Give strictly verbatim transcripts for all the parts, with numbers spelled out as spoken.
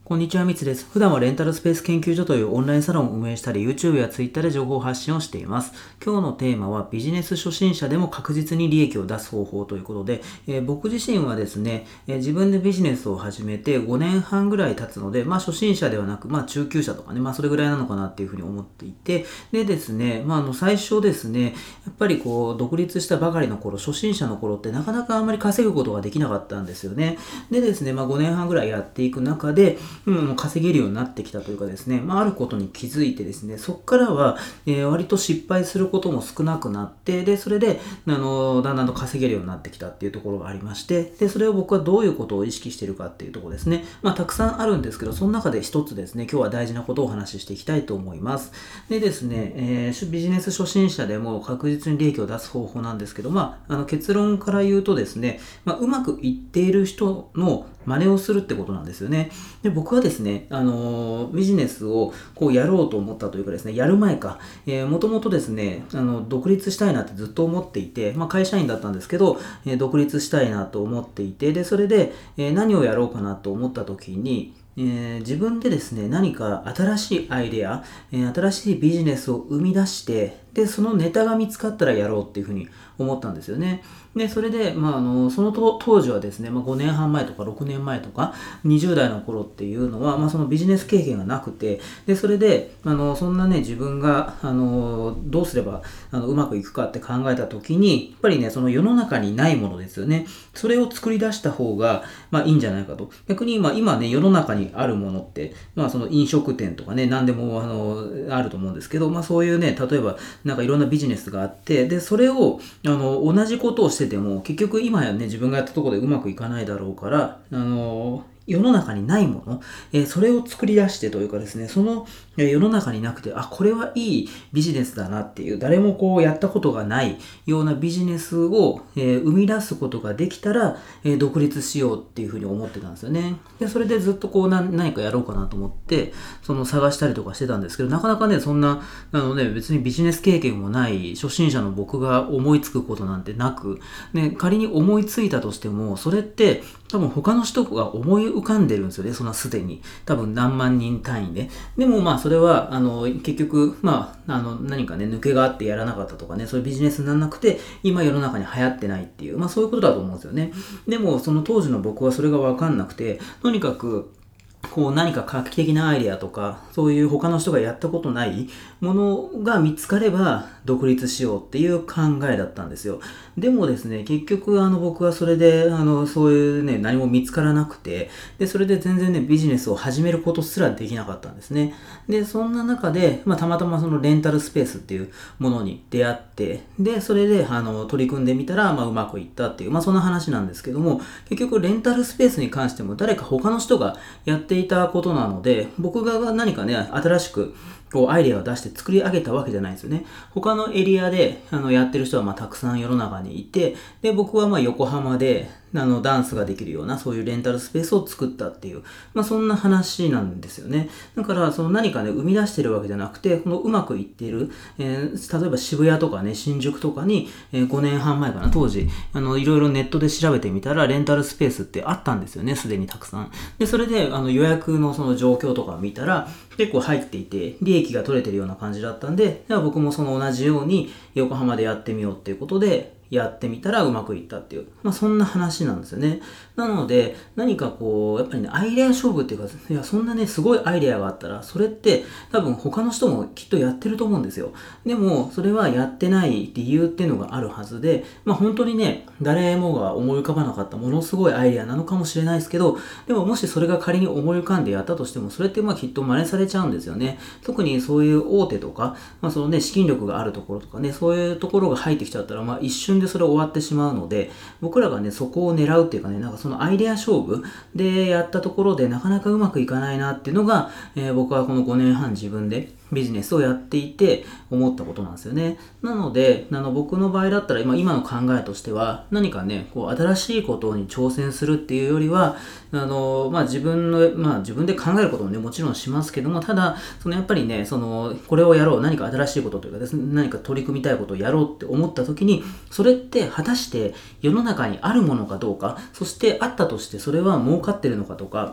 こんにちは、みつです。普段はレンタルスペース研究所というオンラインサロンを運営したり、YouTube や Twitter で情報発信をしています。今日のテーマはビジネス初心者でも確実に利益を出す方法ということで、えー僕自身はですね、えー自分でビジネスを始めてごねんはんぐらい経つので、まあ初心者ではなく、まあ中級者とかね、まあそれぐらいなのかなっていうふうに思っていて、でですね、まああの最初ですね、やっぱりこう独立したばかりの頃、初心者の頃ってなかなかあんまり稼ぐことができなかったんですよね。でですね、まあごねんはんぐらいやっていく中で、うん、もう稼げるようになってきたというかですね、まあ、あることに気づいてですね、そこからは、えー割と失敗することも少なくなって、で、それで、あの、だんだんと稼げるようになってきたっていうところがありまして、で、それを僕はどういうことを意識しているかっていうところですね。まあ、たくさんあるんですけど、その中で一つですね、今日は大事なことをお話ししていきたいと思います。でですね、えービジネス初心者でも確実に利益を出す方法なんですけど、まあ、あの結論から言うとですね、まあ、うまくいっている人の真似をするってことなんですよね。で、僕はですね、あのービジネスをこうやろうと思ったというかですね、やる前か、えー、もともとですね、あの、独立したいなってずっと思っていて、まあ会社員だったんですけど、えー独立したいなと思っていて、で、それで、えー何をやろうかなと思った時に、えー自分でですね、何か新しいアイデア、えー新しいビジネスを生み出して、で、そのネタが見つかったらやろうっていうふうに思ったんですよね。で、それで、まあ、あの、その当当時はですね、まあ、ごねんはん前とかろくねんまえとか、にじゅう代の頃っていうのは、まあ、そのビジネス経験がなくて、で、それで、あの、そんなね、自分が、あの、どうすれば、あの、うまくいくかって考えた時に、やっぱりね、その世の中にないものですよね。それを作り出した方が、まあ、いいんじゃないかと。逆に、まあ、今ね、世の中にあるものって、まあ、その飲食店とかね、何でも、あの、あると思うんですけど、まあ、そういうね、例えば、なんかいろんなビジネスがあって、で、それを、あの、同じことをしてても、結局今やね、自分がやったところでうまくいかないだろうから、あの、世の中にないもの、えーそれを作り出してというかですね、その、えー世の中になくて、あ、これはいいビジネスだなっていう、誰もこうやったことがないようなビジネスを、えー生み出すことができたら、えー独立しようっていうふうに思ってたんですよね。で、それでずっとこう何何かやろうかなと思って、その探したりとかしてたんですけど、なかなかね、そんな、あのね、別にビジネス経験もない初心者の僕が思いつくことなんてなく、ね、仮に思いついたとしても、それって多分他の人が思い浮かんでるんですよね、そんなすでに。多分何万人単位で。でもまあそれは、あの、結局、まあ、あの、何かね、抜けがあってやらなかったとかね、そういうビジネスにならなくて、今世の中に流行ってないっていう、まあそういうことだと思うんですよね。でも、その当時の僕はそれがわかんなくて、とにかく、こう何か画期的なアイデアとか、そういう他の人がやったことないものが見つかれば独立しようっていう考えだったんですよ。でもですね、結局あの僕はそれで、あの、そういうね、何も見つからなくて、で、それで全然ね、ビジネスを始めることすらできなかったんですね。で、そんな中で、まあ、たまたまそのレンタルスペースっていうものに出会って、で、それで、あの、取り組んでみたら、まあ、うまくいったっていう、まあ、そんな話なんですけども、結局レンタルスペースに関しても誰か他の人がやっていたことなので、僕が何かね、新しくこうアイデアを出して作り上げたわけじゃないんですよね。他のエリアであのやってる人はまあたくさん世の中にいて、で、僕はまあ横浜であのダンスができるようなそういうレンタルスペースを作ったっていう、まあそんな話なんですよね。だからその何かね、生み出してるわけじゃなくて、このうまくいっている、えー例えば渋谷とかね、新宿とかに、えーごねんはん前かな、当時、あの、いろいろネットで調べてみたら、レンタルスペースってあったんですよね、すでにたくさん。で、それで、あの、予約のその状況とかを見たら、結構入っていて、利益が取れてるような感じだったんで、では僕もその同じように横浜でやってみようっていうことで、やってみたらうまくいったっていう、まあそんな話なんですよね。なので、何かこう、やっぱりね、アイデア勝負っていうか、いや、そんなね、すごいアイデアがあったら、それって多分他の人もきっとやってると思うんですよ。でも、それはやってない理由っていうのがあるはずで、まあ本当にね、誰もが思い浮かばなかったものすごいアイデアなのかもしれないですけど、でももしそれが仮に思い浮かんでやったとしても、それってまあきっと真似されちゃうんですよね。特にそういう大手とか、まあそのね、資金力があるところとかね、そういうところが入ってきちゃったら、まあ一瞬でそれ終わってしまうので、僕らがね、そこを狙うっていうかね、なんかそのアイデア勝負でやったところでなかなかうまくいかないなっていうのが、えー僕はこのごねんはん自分でビジネスをやっていて思ったことなんですよね。なので、あの僕の場合だったら今今の考えとしては何かね、こう新しいことに挑戦するっていうよりは、あの、まあ自分の、まあ自分で考えることもね、もちろんしますけども、ただ、そのやっぱりね、その、これをやろう、何か新しいことというかですね、何か取り組みたいことをやろうって思った時に、それって果たして世の中にあるものかどうか、そしてあったとしてそれは儲かってるのかとか、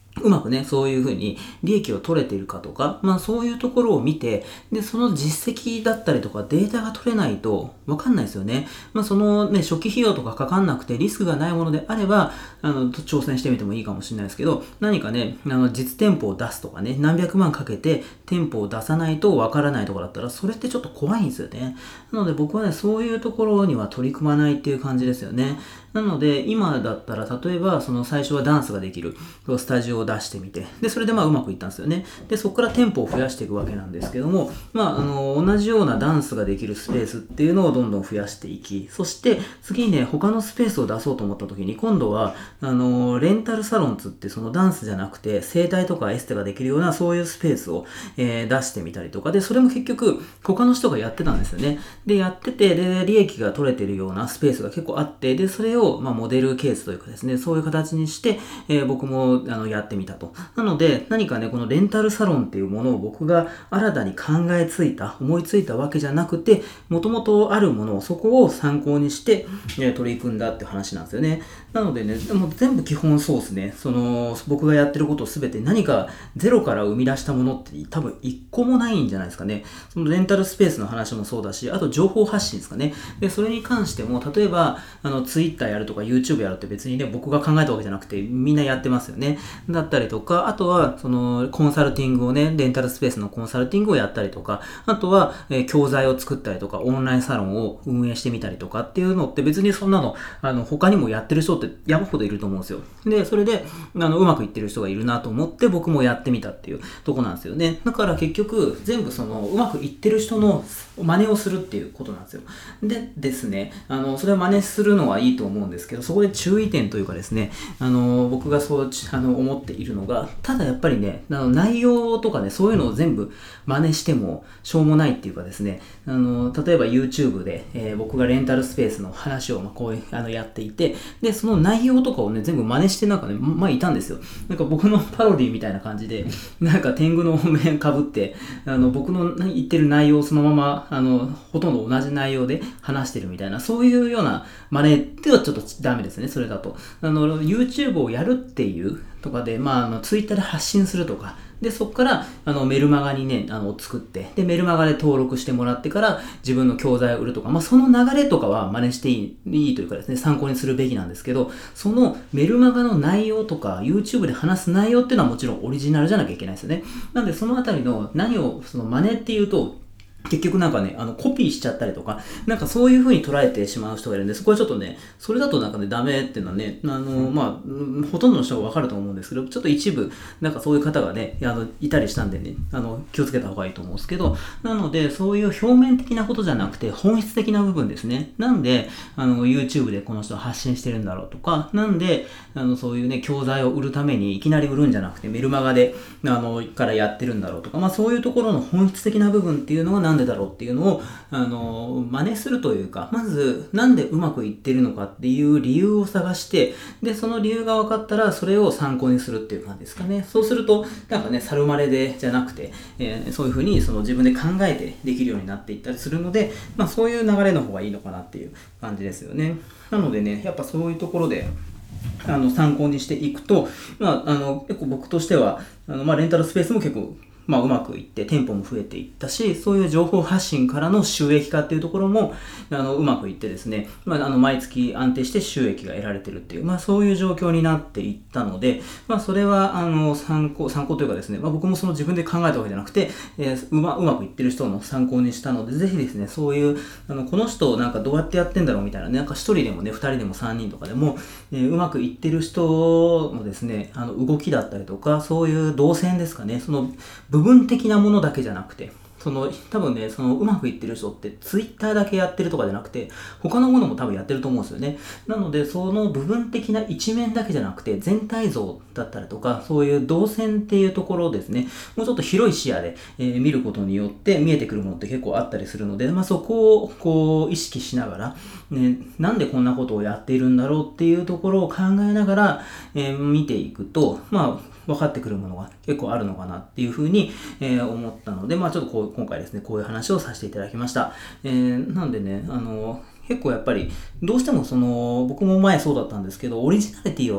うまくね、そういうふうに利益を取れているかとか、まあそういうところを見て、で、その実績だったりとかデータが取れないとわかんないですよね。まあそのね、初期費用とかかかんなくてリスクがないものであれば、あの、挑戦してみてもいいかもしれないですけど、何かね、あの、実店舗を出すとかね、何百万かけて店舗を出さないとわからないところだったら、それってちょっと怖いんですよね。なので僕はね、そういうところには取り組まないっていう感じですよね。なので、今だったら、例えば、その最初はダンスができるスタジオを出してみて、で、それでまあうまくいったんですよね。で、そこから店舗を増やしていくわけなんですけども、まあ、あの、同じようなダンスができるスペースっていうのをどんどん増やしていき、そして次にね、他のスペースを出そうと思った時に、今度は、あの、レンタルサロンつってそのダンスじゃなくて、整体とかエステができるようなそういうスペースを、えー出してみたりとか、で、それも結局、他の人がやってたんですよね。で、やってて、で、利益が取れてるようなスペースが結構あって、で、それを、まあ、モデルケースというかですね、そういう形にして、えー僕も、あの、やってみたと。なので、何かね、このレンタルサロンっていうものを僕が新たに考えついた、思いついたわけじゃなくて、もともとあるものを、そこを参考にして、えー取り組んだって話なんですよね。なのでね、でも全部基本そうですね。その、僕がやってることをすべて何かゼロから生み出したものって多分一個もないんじゃないですかね。そのレンタルスペースの話もそうだし、あと情報発信ですかね。で、それに関しても、例えば、あの、Twitter やるとか YouTube やるって別にね、僕が考えたわけじゃなくて、みんなやってますよね。だったりとか、あとは、その、コンサルティングをね、レンタルスペースのコンサルティングをやったりとか、あとは、えー教材を作ったりとか、オンラインサロンを運営してみたりとかっていうのって別にそんなの、あの、他にもやってる人って山ほどいると思うんですよ。で、それで、あの、うまくいってる人がいるなと思って僕もやってみたっていうとこなんですよね。だから結局、全部その、うまくいってる人の真似をするっていうことなんですよ。でですね、あの、それを真似するのはいいと思うんですけど、そこで注意点というかですね、あの、僕がそう、あの、思っているのが、ただやっぱりね、あの、内容とかね、そういうのを全部真似してもしょうもないっていうかですね、あの、例えば YouTube で、えー僕がレンタルスペースの話を、まあ、こういう、あの、やっていて、で、その内容とかをね、全部真似してなんかね、まあ、いたんですよ。なんか僕のパロディみたいな感じで、なんか天狗のお面かぶって、あの、僕の言ってる内容をそのまま、あの、ほとんど同じ内容で話してるみたいな、そういうような真似ってはちょっとダメですね、それだと。あの、YouTube をやるっていうとかで、まあ、あの、Twitter で発信するとか、で、そこから、あの、メルマガにね、あの、作って、で、メルマガで登録してもらってから、自分の教材を売るとか、まあ、その流れとかは真似していい、いいというかですね、参考にするべきなんですけど、そのメルマガの内容とか、YouTube で話す内容っていうのはもちろんオリジナルじゃなきゃいけないですよね。なので、そのあたりの何を、その真似っていうと、結局なんかね、あの、コピーしちゃったりとか、なんかそういう風に捉えてしまう人がいるんで、そこはちょっとね、それだとなんかね、ダメっていうのはね、あの、まあ、うんほとんどの人がわかると思うんですけど、ちょっと一部、なんかそういう方がね、あの、いたりしたんでね、あの、気をつけた方がいいと思うんですけど、なので、そういう表面的なことじゃなくて、本質的な部分ですね。なんで、あの、YouTube でこの人は発信してるんだろうとか、なんで、あの、そういうね、教材を売るためにいきなり売るんじゃなくて、メルマガで、あの、からやってるんだろうとか、まあそういうところの本質的な部分っていうのはなんでだろうっていうのを、あの、真似するというか、まず、なんでうまくいってるのかっていう理由を探して、で、その理由が分かったら、それを参考にするっていう感じですかね。そうすると、なんかね、猿真似で、じゃなくて、えーそういうふうに、その自分で考えてできるようになっていったりするので、まあそういう流れの方がいいのかなっていう感じですよね。なのでね、やっぱそういうところで、あの、参考にしていくと、まあ、あの、結構僕としては、あの、まあ、レンタルスペースも結構、まあ、うまくいって、店舗も増えていったし、そういう情報発信からの収益化っていうところも、あの、うまくいってですね、まあ、あの、毎月安定して収益が得られてるっていう、まあ、そういう状況になっていったので、まあ、それは、あの、参考、参考というかですね、まあ、僕もその自分で考えたわけじゃなくて、えーうま、うまくいってる人の参考にしたので、ぜひですね、そういう、あの、この人なんかどうやってやってんだろうみたいなね、なんか一人でもね、二人でも三人とかでも、えーうまくいってる人のですね、あの、動きだったりとか、そういう動線ですかね、その、部分的なものだけじゃなくて、その、多分ね、その、うまくいってる人って、ツイッターだけやってるとかじゃなくて、他のものも多分やってると思うんですよね。なので、その部分的な一面だけじゃなくて、全体像だったりとか、そういう動線っていうところをですね、もうちょっと広い視野で、えー見ることによって見えてくるものって結構あったりするので、まあそこを、こう、意識しながら、ね、なんでこんなことをやっているんだろうっていうところを考えながら、えー見ていくと、まあ、分かってくるものが結構あるのかなっていうふうに、えー思ったので、まあちょっとこう今回ですね、こういう話をさせていただきました。えーなんでね、あの、結構やっぱり、どうしてもその、僕も前そうだったんですけど、オリジナリティを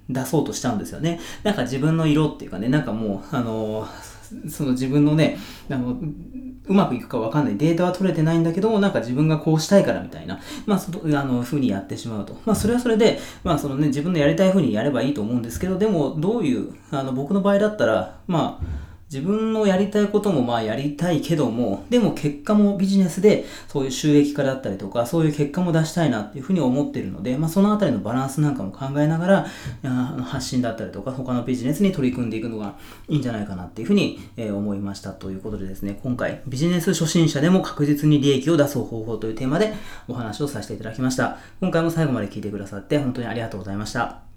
出そうとしちゃうんですよね。なんか自分の色っていうかね、なんかもう、あのその自分のね、あの、うまくいくかわかんない。データは取れてないんだけども、なんか自分がこうしたいからみたいな、まあ、そあの、風にやってしまうと。まあ、それはそれで、まあ、そのね、自分のやりたい風にやればいいと思うんですけど、でも、どういう、あの、僕の場合だったら、まあ、自分のやりたいこともまあやりたいけども、でも結果もビジネスでそういう収益化だったりとか、そういう結果も出したいなっていうふうに思っているので、まあそのあたりのバランスなんかも考えながら、あの発信だったりとか、他のビジネスに取り組んでいくのがいいんじゃないかなっていうふうに思いましたということでですね、今回ビジネス初心者でも確実に利益を出す方法というテーマでお話をさせていただきました。今回も最後まで聞いてくださって本当にありがとうございました。